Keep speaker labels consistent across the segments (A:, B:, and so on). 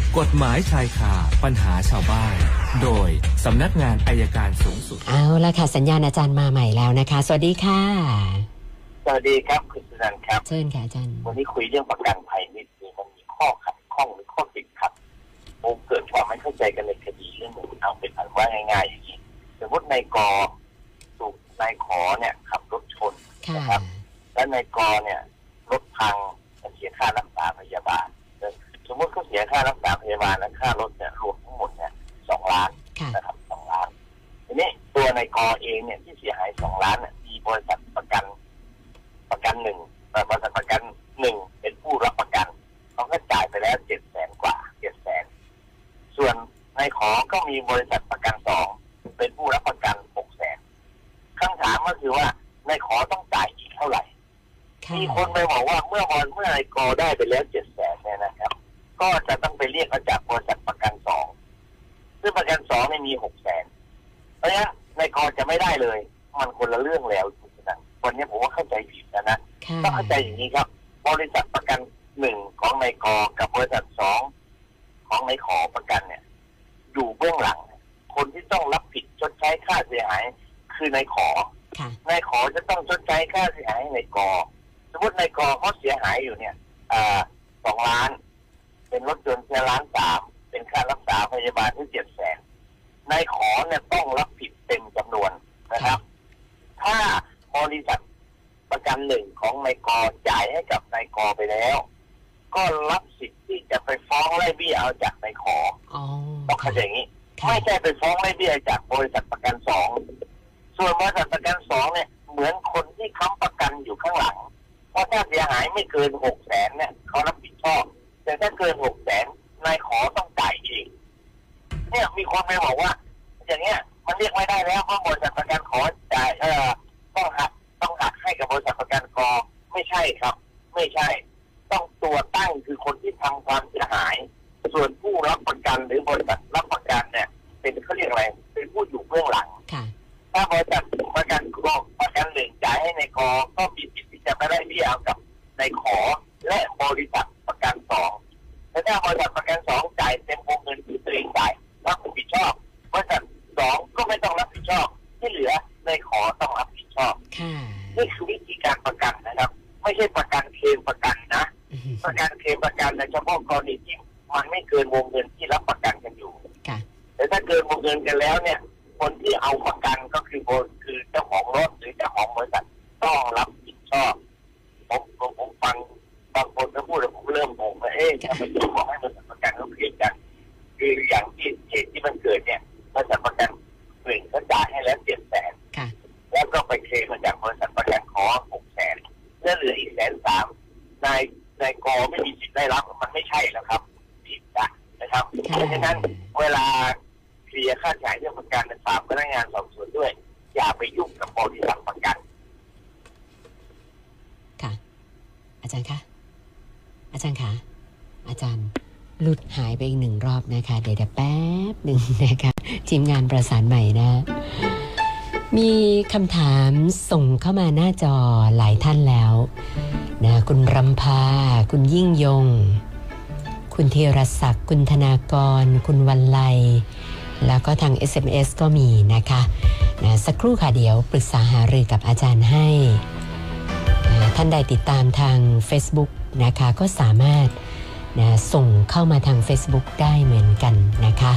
A: กฎหมายชายคาปัญหาชาวบ้านโดยสำนักงานอัยการสูงสุด
B: เอาละค่ะสัญญาณอาจารย์มาใหม่แล้วนะคะสวัสดีค่ะ
C: สวัสดีครับคุณสุนันท์ครับ
B: เชิญค่ะอาจารย์
C: วันนี้คุยเรื่องประกันภัยนิดนึงมันมีข้อขัดข้องหรือข้อติดขัดเกิดความไม่เข้าใจกันในคดีเรื่องหนึ่งเอาเป็นอันว่าง่ายๆอย่างนี้สมมตินายกถูกนายขอเนี่ยขับรถชนนะครับและนายกเนี่ยรถพังเสียค่ารักษาพยาบาลสมมติเขาเสียค่ารักษาพยาบาลและค่ารถเนี่ยรวมทั้งหมดเนี่ย2 ล้านนะครับ2 ล้านทีนี้ตัวนายกเองเนี่ยที่เสียหาย2 ล้านเนี่ยมีบริษัทประกันหนึ่งบริษัทประกันหนึ่งเป็นผู้รับประกันเขาก็จ่ายไปแล้ว700,000 กว่า700,000ส่วนนายขอก็มีบริษัทประกัน2เป็นผู้รับประกัน600,000คำถามก็คือว่านายขอต้องจ่ายอีกเท่าไหร่มีคนไปบอกว่าเมื่อนายกได้ไปแล้ว700,000เนี่ยนะครับก็จะต้องไปเรียกมาจากบริษัทประกัน2ซึ่งประกัน2เนี่ยมี600,000เพราะฉะนั้นนายกจะไม่ได้เลยมันคนละเรื่องแล้ววันนี้ผมว่าเข้าใจผิดนะต้องเข้าใจอย่างนี้ครับบริษัทประกัน1ของนายกกับบริษัท2ของนายขอประกันเนี่ยอยู่เบื้องหลังคนที่ต้องรับผิดชดใช้ค่าเสียหายคือนายขอนายขอจะต้องชดใช้ค่าเสียหายให้นายกสมมตินายกเขาเสียหายอยู่เนี่ย2 ล้านเป็นรถยนต์แค่1.3 ล้านเป็นค่ารักษาพยาบาลที่700,000นายขอเนี่ยต้องรับผิดเต็มจำนวนนะครับถ้าบริษัทประกัน1ของนายกจ่ายให้กับนายกไปแล้วก็รับสิทธิ์ที่จะไปฟ้องไล่เบี้ยเอาจากนายขอต้องเข้าใจอย่างนี้ไม่ใช่ไปฟ้องไล่เบี้ยจากบริษัทประกัน2ส่วนบริษัทประกัน2เนี่ยเหมือนคนที่ค้ำประกันอยู่ข้างหลังเพราะถ้าเสียหายไม่เกิน600,000เนี่ยเขารับผิดชอบแต่ถ้าเกิน600,000นายขอต้องจ่ายเองเนี่ยมีคนไปบอกว่าอย่างเงี้ยมันเรียกไม่ได้แล้วเพราะบริษัทประกันขอจ่ายต้องหักให้กับบริษัทประกันกไม่ใช่ครับไม่ใช่ต้องตัวตั้งคือคนที่ทำความเสียหายส่วนผู้รับประกันหรือบริษัทรับประกันเนี่ยเป็นเขาเรียกอะไรเป็นผู้อยู่เบื้องหลังถ้าบริษัทประกัน1จ่ายให้ในกก็มีสิทธิ์ที่จะไม่ได้เบี้ยเอากับในขอและบริษัทประกัน2แต่ถ้าบริษัทประกัน2จ่ายเต็มวงเงินที่ตัวเองจ่ายรับผิดชอบบริษัท2ก็ไม่ต้องรับผิดชอบที่เหลือในขอต้องรับผิดชอบนี่คือวิธีการประกันนะครับไม่ใช่ประกันเคลมประกันนะประกันเคลมประกันในเฉพาะกรณีที่มันไม่เกินวงเงินที่รับประกันกันอยู่แต่ถ้าเกินวงเงินกันแล้วเนี่ยคนที่เอาประกันก็คือเจ้าของรถหรือเจ้าของบริษัทต้องรับผิดชอบผมฟังบางคนก็พูดแล้วผมเริ่มงงว่าทำไมต้องบอกให้บริษัทประกันเขาเคลมกันคืออย่างที่เหตุที่มันเกิดเนี่ยบริษัทประกัน1เขาจ่ายให้แล้ว700,000แล้วก็ไปเคลมมาจากบริษัทประกันขอ600,000แล้วเหลืออีก130,000นายกไม่มีสิทธิ์ได้รับมันไม่ใช่แล้วครับผิดนะครับเพราะฉะนั้นเวลาเคลียร์ค่าใช้จ่ายเรื่องประกันฝากพนักงานสอบสวนด้วยอย่าไปยุ่งกับบริษัทประกัน
B: ค่ะอาจารย์คะอาจารย์คะอาจารย์หลุดหายไปอีก1 รอบนะคะเดี๋ยวแป๊บหนึ่งนะคะทีมงานประสานใหม่นะมีคำถามส่งเข้ามาหน้าจอหลายท่านแล้วนะคุณรำพาคุณยิ่งยงคุณธีรศักดิ์คุณธนากรคุณวันไลแล้วก็ทาง SMS ก็มีนะคะนะสักครู่ค่ะเดี๋ยวปรึกษาหารือกับอาจารย์ให้นะท่านใดติดตามทาง Facebook นะคะก็สามารถนะส่งเข้ามาทาง Facebook ได้เหมือนกันนะคะ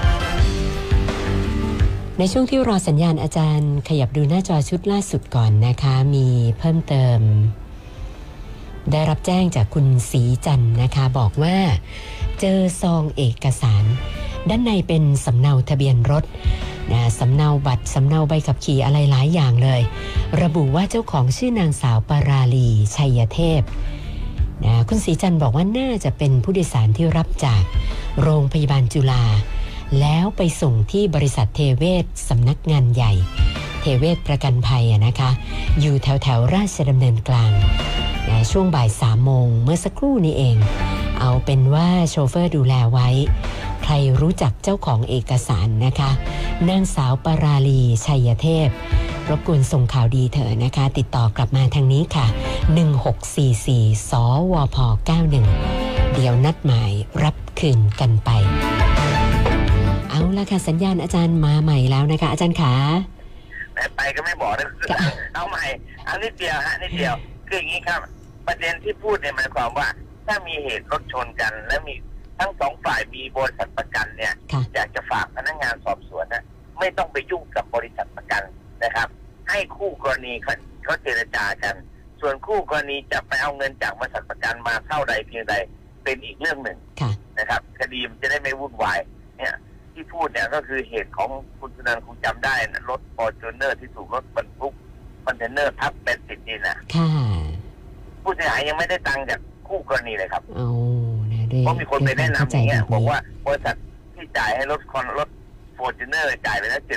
B: ในช่วงที่รอสัญญาณอาจารย์ขยับดูหน้าจอชุดล่าสุดก่อนนะคะมีเพิ่มเติมได้รับแจ้งจากคุณศรีจันทร์นะคะบอกว่าเจอซองเอกสารด้านในเป็นสำเนาทะเบียนรถนะสำเนาบัตรสำเนาใบขับขี่อะไรหลายอย่างเลยระบุว่าเจ้าของชื่อนางสาวปราลีชัยเทพนะคุณศรีจันทร์บอกว่าน่าจะเป็นผู้โดยสารที่รับจากโรงพยาบาลจุฬาแล้วไปส่งที่บริษัทเทเวศสำนักงานใหญ่เทเวศประกันภัยนะคะอยู่แถวราชดำเนินกลางช่วงบ่าย3 โมงเมื่อสักครู่นี้เองเอาเป็นว่าโชเฟอร์ดูแลไว้ใครรู้จักเจ้าของเอกสารนะคะนางสาวปราลีชัยเทพรบกวนส่งข่าวดีเถอะนะคะติดต่อกลับมาทางนี้ค่ะ1644 สวพ 91เดี๋ยวนัดหมายรับคืนกันไปเอาละค่ะสัญญาณอาจารย์มาใหม่แล้วนะคะอาจารย์ขา
C: ไปก็ไม่บอกนะเอาใหม่เอานิดเดียวฮะนิดเดียวคืออย่างนี้ครับประเด็นที่พูดเนี่ยหมายความว่าถ้ามีเหตุรถชนกันและมีทั้งสองฝ่ายมีบริษัทประกันเนี่ยอยากจะฝากพนักงานสอบสวนนะไม่ต้องไปยุ่งกับบริษัทประกันนะครับให้คู่กรณีเขาเจรจากันส่วนคู่กรณีจะไปเอาเงินจากบริษัทประกันมาเท่าใดเพียงใดเป็นอีกเรื่องหนึ่งนะครับคดีมันจะได้ไม่วุ่นวายเนี่ยที่พูดเนี่ยก็คือเหตุของคุณสุนันท์คงจำได้นะรถฟอร์จูเนอร์ที่ถูกรถบรรทุกคอนเทนเนอร์ทับเป็นติดนี่นะผู้เสียหายยังไม่ได้ตังค์จากคู่กรณีเลยครับเพราะมีคนไปแนะนำอย่างเงี้ยบอกว่าบริษัทที่จ่ายให้รถฟอร์จูเนอร์จ่ายไปแล้ว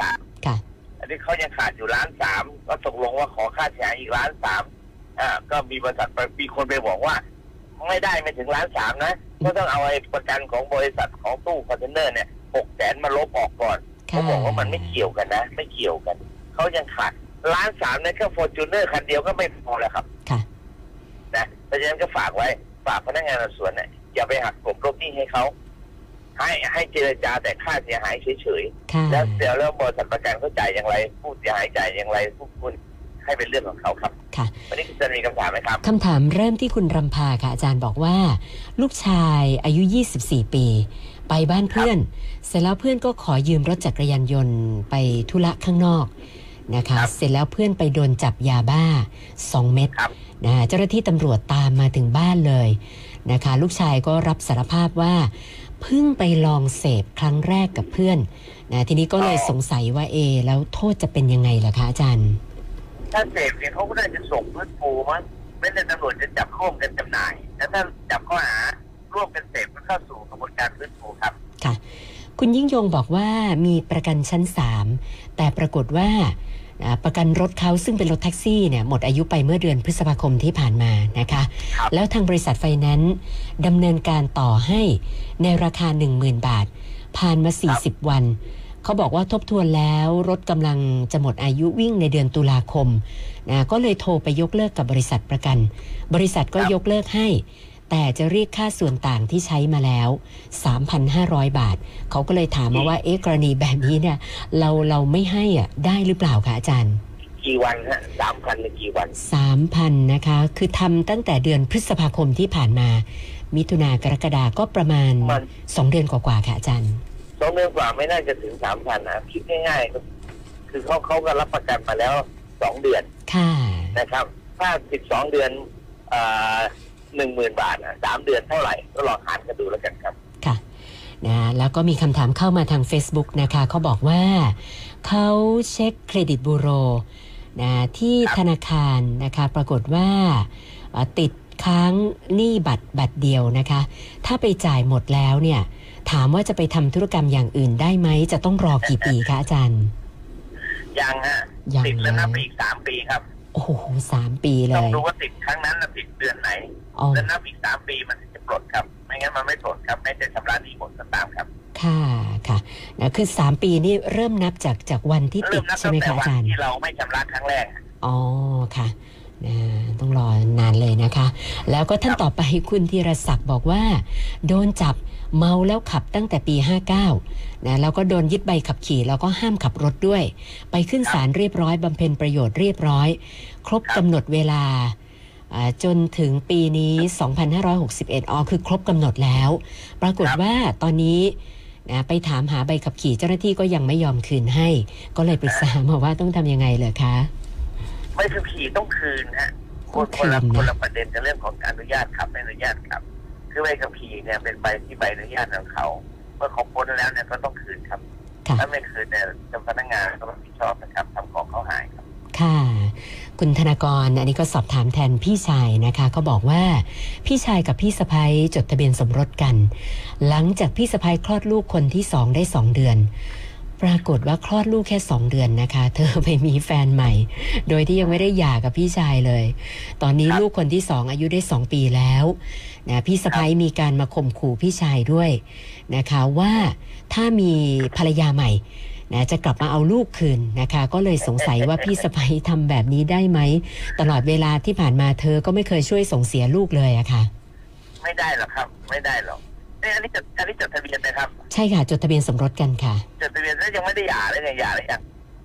C: 730,000อันนี้เขายังขาดอยู่1,300,000ก็ตกลงว่าขอค่าเสียหายอีก1,300,000ก็มีบริษัทมีคนไปบอกว่าไม่ได้ไม่ถึง1,300,000นะก็ต้องเอาไอ้ประกันของบริษัทของตู้คอนเทนเนอร์เนี่ย600,000มาลบออกก่อนเขาบอกว่ามันไม่เกี่ยวกันนะไม่เกี่ยวกันเขายังขาด1,300,000ในแค่ฟอร์จูเนอร์คันเดียวก็ไม่พอแล้วครับนะเพราะฉะนั้นก็ฝากไว้ฝากพนักงานสอบสวนเนี่ยอย่าไปหักกลบลบหนี้ให้เขาให้เจรจาแต่ค่าเสียหายเฉยๆแล้วเดี๋ยวเรื่องบริษัทประกันเขาจ่ายอย่างไรผู้เสียหายจ่ายอย่างไรผู้คุณให้เป็นเรื่องของเขาครับวันนี้จะมีคำถามไหมครับ
B: คำถามเริ่มที่คุณรำพาค่ะอาจารย์บอกว่าลูกชายอายุ24 ปีไปบ้านเพื่อนเสร็จแล้วเพื่อนก็ขอยืมรถจักรยานยนต์ไปธุระข้างนอกนะคะเสร็จแล้วเพื่อนไปโดนจับยาบ้า2 เม็ดนะเจ้าหน้าที่ตำรวจตามมาถึงบ้านเลยนะคะลูกชายก็รับสารภาพว่าเพิ่งไปลองเสพครั้งแรกกับเพื่อนนะทีนี้ก็เลยสงสัยว่าแล้วโทษจะเป็นยังไงล่ะคะอาจารย์
C: ถ้าเสพเนี่ยเขาก็น่าจะส่งพื้นปูมั้งไม่ได้ตำรวจจะจับข้อกันจำหน่ายแล้วถ้าจับข้อหาร่วมกันเสพก็เข้าสู่กระบวนการพื้นปูครับ
B: ค่ะคุณยิ่งยงบอกว่ามีประกันชั้น3แต่ปรากฏว่าประกันรถเขาซึ่งเป็นรถแท็กซี่เนี่ยหมดอายุไปเมื่อเดือนพฤษภาคมที่ผ่านมานะคะแล้วทางบริษัทไฟแนนซ์ดำเนินการต่อให้ในราคา 10,000 บาทผ่านมา40 วันเขาบอกว่าทบทวนแล้วรถกำลังจะหมดอายุวิ่งในเดือนตุลาคมนะก็เลยโทรไปยกเลิกกับบริษัทประกันบริษัทก็ยกเลิกให้แต่จะเรียกค่าส่วนต่างที่ใช้มาแล้ว 3,500 บาทเขาก็เลยถามมาว่ากรณีแบบนี้เนี่ยเราไม่ให้ได้หรือเปล่าคะอาจารย์
C: กี่วันฮะ 3,000 ในกี่วัน
B: 3,000 นะคะคือทำตั้งแต่เดือนพฤษภาคมที่ผ่านมามิถุนากรกฎาก็ประมาณ2 เดือนกว่าๆค่ะอาจารย์
C: 2 เดือนกว่าไม่น่าจะถึง 3,000 นะคิดง่ายๆคือเขาก็รับประกันมาแล้ว2 เดือน
B: ค่ะ
C: นะครับถ้า12 เดือน10,000 บาท3 เดือนเท่าไหร่ก็ลองหารกันดูแล้วกันครับ
B: ค่ะนะแล้วก็มีคำถามเข้ามาทาง Facebook นะคะเขาบอกว่าเขาเช็คเครดิตบูโรนะที่ธนาคารนะคะปรากฏว่าติดค้างหนี้บัตรเดียวนะคะถ้าไปจ่ายหมดแล้วเนี่ยถามว่าจะไปทำธุรกรรมอย่างอื่นได้ไหมจะต้องรอกี่ปีคะอาจารย์
C: ยังฮะติดแล้วนับไปอีก3 ปีครับ
B: โอ้โห3 ปีเลย
C: ต้องดูว่าติดครั้งนั้นติดเดือนไหนแล้วนับอีก3 ปีมันจะปลดครับไม่งั้นมันไม่ปลดครับไม่จะชำระหนี้หมดก็ตามครับ
B: ค่ะค่ะนะคือ3 ปีนี่เริ่มนับจากวันที่ติดใช่ไหมคะอาจารย์
C: ที่เราไม่ชำระครั้งแรก
B: อ๋อค่ะต้องรอนานเลยนะคะแล้วก็ท่านต่อไปคุณธีรศักดิ์บอกว่าโดนจับเมาแล้วขับตั้งแต่ปี59นะแล้วก็โดนยึดใบขับขี่แล้วก็ห้ามขับรถด้วยไปขึ้นศาลเรียบร้อยบำเพ็ญประโยชน์เรียบร้อยครบกำหนดเวลาจนถึงปีนี้2561คือครบกำหนดแล้วปรากฏว่าตอนนี้นะไปถามหาใบขับขี่เจ้าหน้าที่ก็ยังไม่ยอมคืนให้ก็เลยปรึกษามาว่าต้องทำยังไงเลยคะ
C: ใบขับขี่ต้องคืนฮะคนละประเด็นในเรื่องของการอนุญาตขับไม่อนุญาตขับคือใบขับขี่เนี่ยเป็นใบที่ใบอนุญาตของเขาเมื่อเขาพ้นแล้วเนี่ยก็ต้องคืนครับถ้าไม่คืนเนี่ยเจ้าพนักงานก็รับผิดชอบนะครับทำของเขาหายครับ
B: ค่ะคุณธนากรอันนี้ก็สอบถามแทนพี่ชายนะคะเขาบอกว่าพี่ชายกับพี่สะใภ้จดทะเบียนสมรสกันหลังจากพี่สะใภ้คลอดลูกคนที่2ได้2 เดือนปรากฏว่าคลอดลูกแค่2 เดือนนะคะเธอไปมีแฟนใหม่โดยที่ยังไม่ได้หย่ากับพี่ชายเลยตอนนี้ลูกคนที่2อายุได้2 ปีแล้วนะพี่สะใภ้มีการมาข่มขู่พี่ชายด้วยนะคะว่าถ้ามีภรรยาใหม่นะจะกลับมาเอาลูกคืนนะคะก็เลยสงสัยว่าพี่สะใภ้ทำแบบนี้ได้ไหมตลอดเวลาที่ผ่านมาเธอก็ไม่เคยช่วยส่งเสียลูกเลยอะค่ะ
C: ไม่ได้หรอกครับไม่ได้หรอกอันนี้จดทะเบียนนะครับ
B: ใช่ค่ะจดทะเบียนสมรสกันค่ะ
C: จดทะเบียนแล้วยังไม่ได้หย่าเลยไงหย่าเลยยัง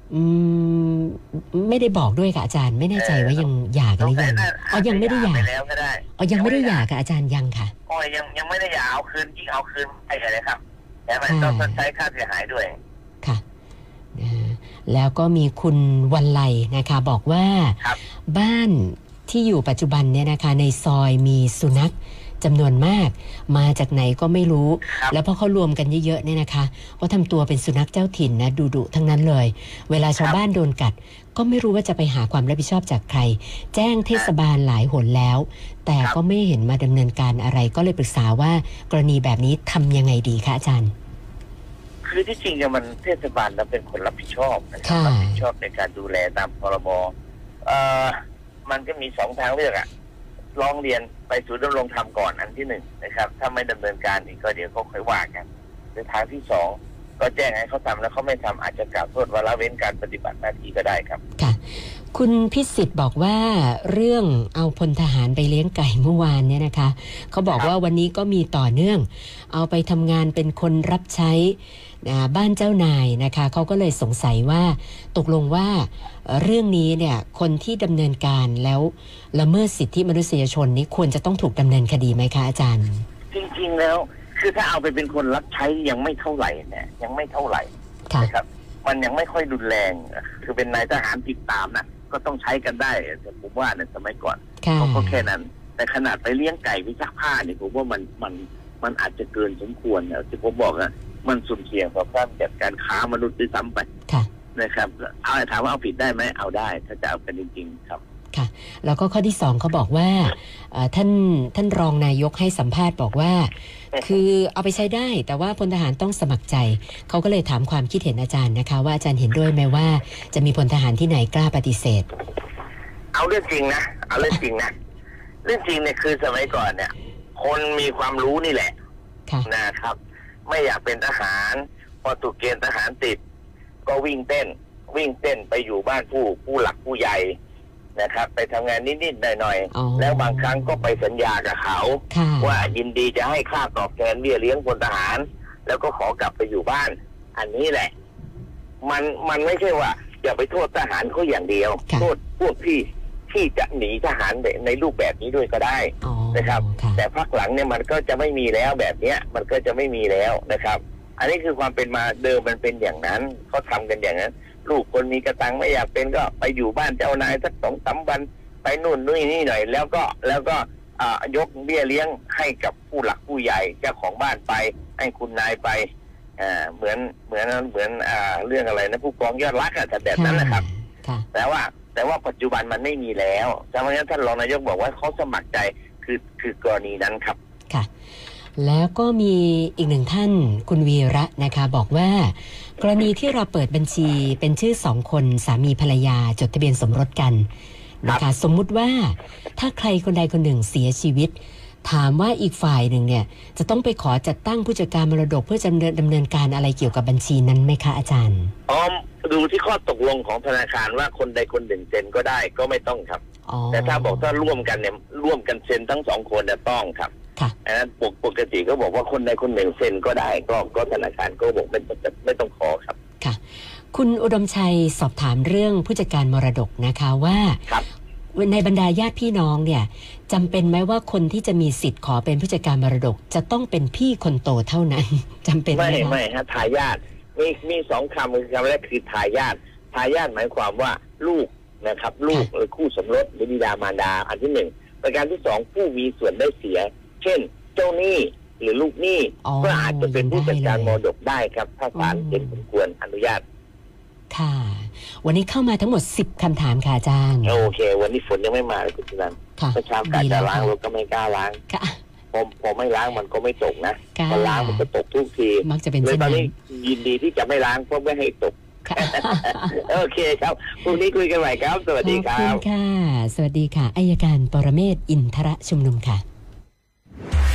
B: ไม่ได้บอกด้วยค่ะอาจารย์ไม่แน่ใจว่ายังหย่ากันหรือยังยังไม่ได้หย่า
C: แล้วก็ได้
B: ยังไม่ได้หย่ากับอาจารย์ยังค่ะ
C: ยังไม่ได้หย่าเอาคืนยิ่งเอาคืนไปเลยครับแต่มันต้องชดใช้ค่าเสียหายด้วย
B: ค่ะแล้วก็มีคุณวันไลนะคะบอกว่าบ้านที่อยู่ปัจจุบันเนี่ยนะคะในซอยมีสุนัขจำนวนมากมาจากไหนก็ไม่รู้แล้วพอเขารวมกันเยอะๆเนี่ยนะคะก็ทำตัวเป็นสุนัขเจ้าถิ่นนะดุๆทั้งนั้นเลยเวลาชาวบ้านโดนกัดก็ไม่รู้ว่าจะไปหาความรับผิดชอบจากใครแจ้งเทศบาลหลายหนแล้วแต่ก็ไม่เห็นมาดำเนินการอะไรก็เลยปรึกษาว่ากรณีแบบนี้ทำยังไงดีคะอาจารย์
C: คือที่จริงเนี่ยมันเทศบาลเราเป็นคนรับผิดชอบนะครับรับผิดชอบในการดูแลตามพรบมันก็มี2 ทางเลือกอะร้องเรียนไปศูนย์ดำรงธรรมก่อนอันที่1นะครับถ้าไม่ดำเนินการอีกก็เดี๋ยวก็ค่อยว่ากันในทางที่2ก็แจ้งให้เขาทำแล้วเขาไม่ทำอาจจะกล่าวโทษว่าละเว้นการปฏิบัติหน้าที่ก็ได้ครับ
B: ค่ะคุณพิสิทธิ์บอกว่าเรื่องเอาพลทหารไปเลี้ยงไก่เมื่อวานเนี่ยนะคะเขาบอกว่าวันนี้ก็มีต่อเนื่องเอาไปทำงานเป็นคนรับใช้บ้านเจ้านายนะคะเขาก็เลยสงสัยว่าตกลงว่าเรื่องนี้เนี่ยคนที่ดำเนินการแล้วละเมิดสิทธิมนุษยชนนี้ควรจะต้องถูกดำเนินคดีไหมคะอาจารย์
C: จริงๆแล้วคือถ้าเอาไปเป็นคนรับใช้ยังไม่เท่าไหร่เนี่ยยังไม่เท่าไหร่นะครับมันยังไม่ค่อยรุนแรงคือเป็นนายทหารติดตามนะก็ต้องใช้กันได้แต่ผมว่าในสมัยก่อนเขาก็แค่นั้นแต่ขนาดไปเลี้ยงไก่วิซักผ้าเนี่ยผมว่ามันอาจจะเกินสมควรนะที่ผมบอกนะมันสุ่มเสี่ยงต่อการจัดการค้ามนุษย์ด้วยซ้ำไปนะครับเอาถามว่าเอาผิดได้ไหมเอาได้ถ้าจะเอากันจริงๆครับ
B: ค่ะแล้วก็ข้อที่2เขาบอกว่าท่านรองนายกให้สัมภาษณ์บอกว่าคือเอาไปใช้ได้แต่ว่าพลทหารต้องสมัครใจเขาก็เลยถามความคิดเห็นอาจารย์นะคะว่าอาจารย์เห็นด้วยไหมว่าจะมีพลทหารที่ไหนกล้าปฏิเสธ
C: เอาเรื่องจริงนะเอาเรื่องจริงนะเรื่องจริงเนี่ยคือสมัยก่อนเนี่ยคนมีความรู้นี่แหละนะครับไม่อยากเป็นทหารพอถูกเกณฑ์ทหารติดก็วิ่งเต้นไปอยู่บ้านผู้หลักผู้ใหญ่นะครับไปทำงานนิดๆหน่อยๆแล้วบางครั้งก็ไปสัญญากับเขาว่ายินดีจะให้ค่าตอบแทนเบี้ยเลี้ยงพลทหารแล้วก็ขอกลับไปอยู่บ้านอันนี้แหละมันไม่ใช่ว่าอย่าไปโทษทหารเขาอย่างเดียวโทษพวกที่จะหนีทหารในรูปแบบนี้ด้วยก็ได้นะครับแต่พักหลังเนี่ยมันก็จะไม่มีแล้วแบบเนี้ยมันก็จะไม่มีแล้วนะครับอันนี้คือความเป็นมาเดิมมันเป็นอย่างนั้นเขาทำกันอย่างนั้นลูกคนมีกระตังไม่อยากเป็นก็ไปอยู่บ้านเจ้านายสัก2-3 วันไปนู่นนี่หน่อยแล้วก็ยกเบี้ยเลี้ยงให้กับผู้หลักผู้ใหญ่เจ้าของบ้านไปให้คุณนายไปเหมือนเรื่องอะไรนะผู้กองยอดรักแต่แบบนั้นนะครับแต่ว่าปัจจุบันมันไม่มีแล้วเพราะฉะนั้นท่านรองนายกบอกว่าเขาสมัครใจคือกรณีนั้นครับ
B: ค่ะแล้วก็มีอีกหนึ่งท่านคุณวีระนะคะบอกว่ากรณีที่เราเปิดบัญชีเป็นชื่อ2 คนสามีภรรยาจดทะเบียนสมรสกันนะคะสมมุติว่าถ้าใครคนใดคนหนึ่งเสียชีวิตถามว่าอีกฝ่ายหนึ่งเนี่ยจะต้องไปขอจัดตั้งผู้จัดการมรดกเพื่อดำเนินการอะไรเกี่ยวกับบัญชีนั้นไหมคะอาจารย์
C: ดูที่ข้อตกลงของธนาคารว่าคนใดคนหนึ่งเซ็นก็ได้ก็ไม่ต้องครับแต่ถ้าบอกถ้าร่วมกันเนี่ยร่วมกันเซ็นทั้ง2 คนจะต้องครับอันนั้นปกติก็บอกว่าคนใดคนหนึ่งเซ็นก็ได้ก็ธนาคารก็บอกไม่ต้องขอครับ
B: ค่ะคุณอุดมชัยสอบถามเรื่องผู้จัดการมรดกนะคะว่าในบรรดาญาติพี่น้องเนี่ยจำเป็นไหมว่าคนที่จะมีสิทธิ์ขอเป็นผู้จัดการมรดกจะต้องเป็นพี่คนโตเท่านั้นจำเป็นไหม
C: ไม่ฮะทายาทมี2 คำคำแรกคือทายาทหมายความว่าลูกนะครับลูกคู่สมรสหรือบิดามารดาอันที่1ประการที่2ผู้มีส่วนได้เสียเช่นเจ้าหนี้หรือลูกหนี้ก็อาจจะเป็นผู้จัดการมรดกได้ครับถ้าศาลเห็นสมควรอนุญาต
B: ค่ะวันนี้เข้ามาทั้งหมด10 คำถามค่ะอาจารย์
C: โอเควันนี้ฝนยังไม่มาเลยคุณสุนันท์เมื่อเช้ากะจะล้างรถก็ไม่กล้าล้างพอไม่ล้างมันก็ไม่ตกนะพอล้างมันก็ตกทุกที
B: มักจะเป็น
C: เลยตอนนี้ยินดีที่จะไม่ล้างเพราะไม่ให้ตกโอเคครับพรุ่งนี้คุยกันใหม่ครับสวัสดีครับ
B: ขอบคุณค่ะสวัสดีค่ะอัยการปรเมศวร์อินทรชุมนุมค่ะ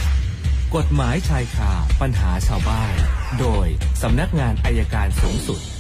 A: กฎหมายชายคาปัญหาชาวบ้านโดยสำนักงานอัยการสูงสุด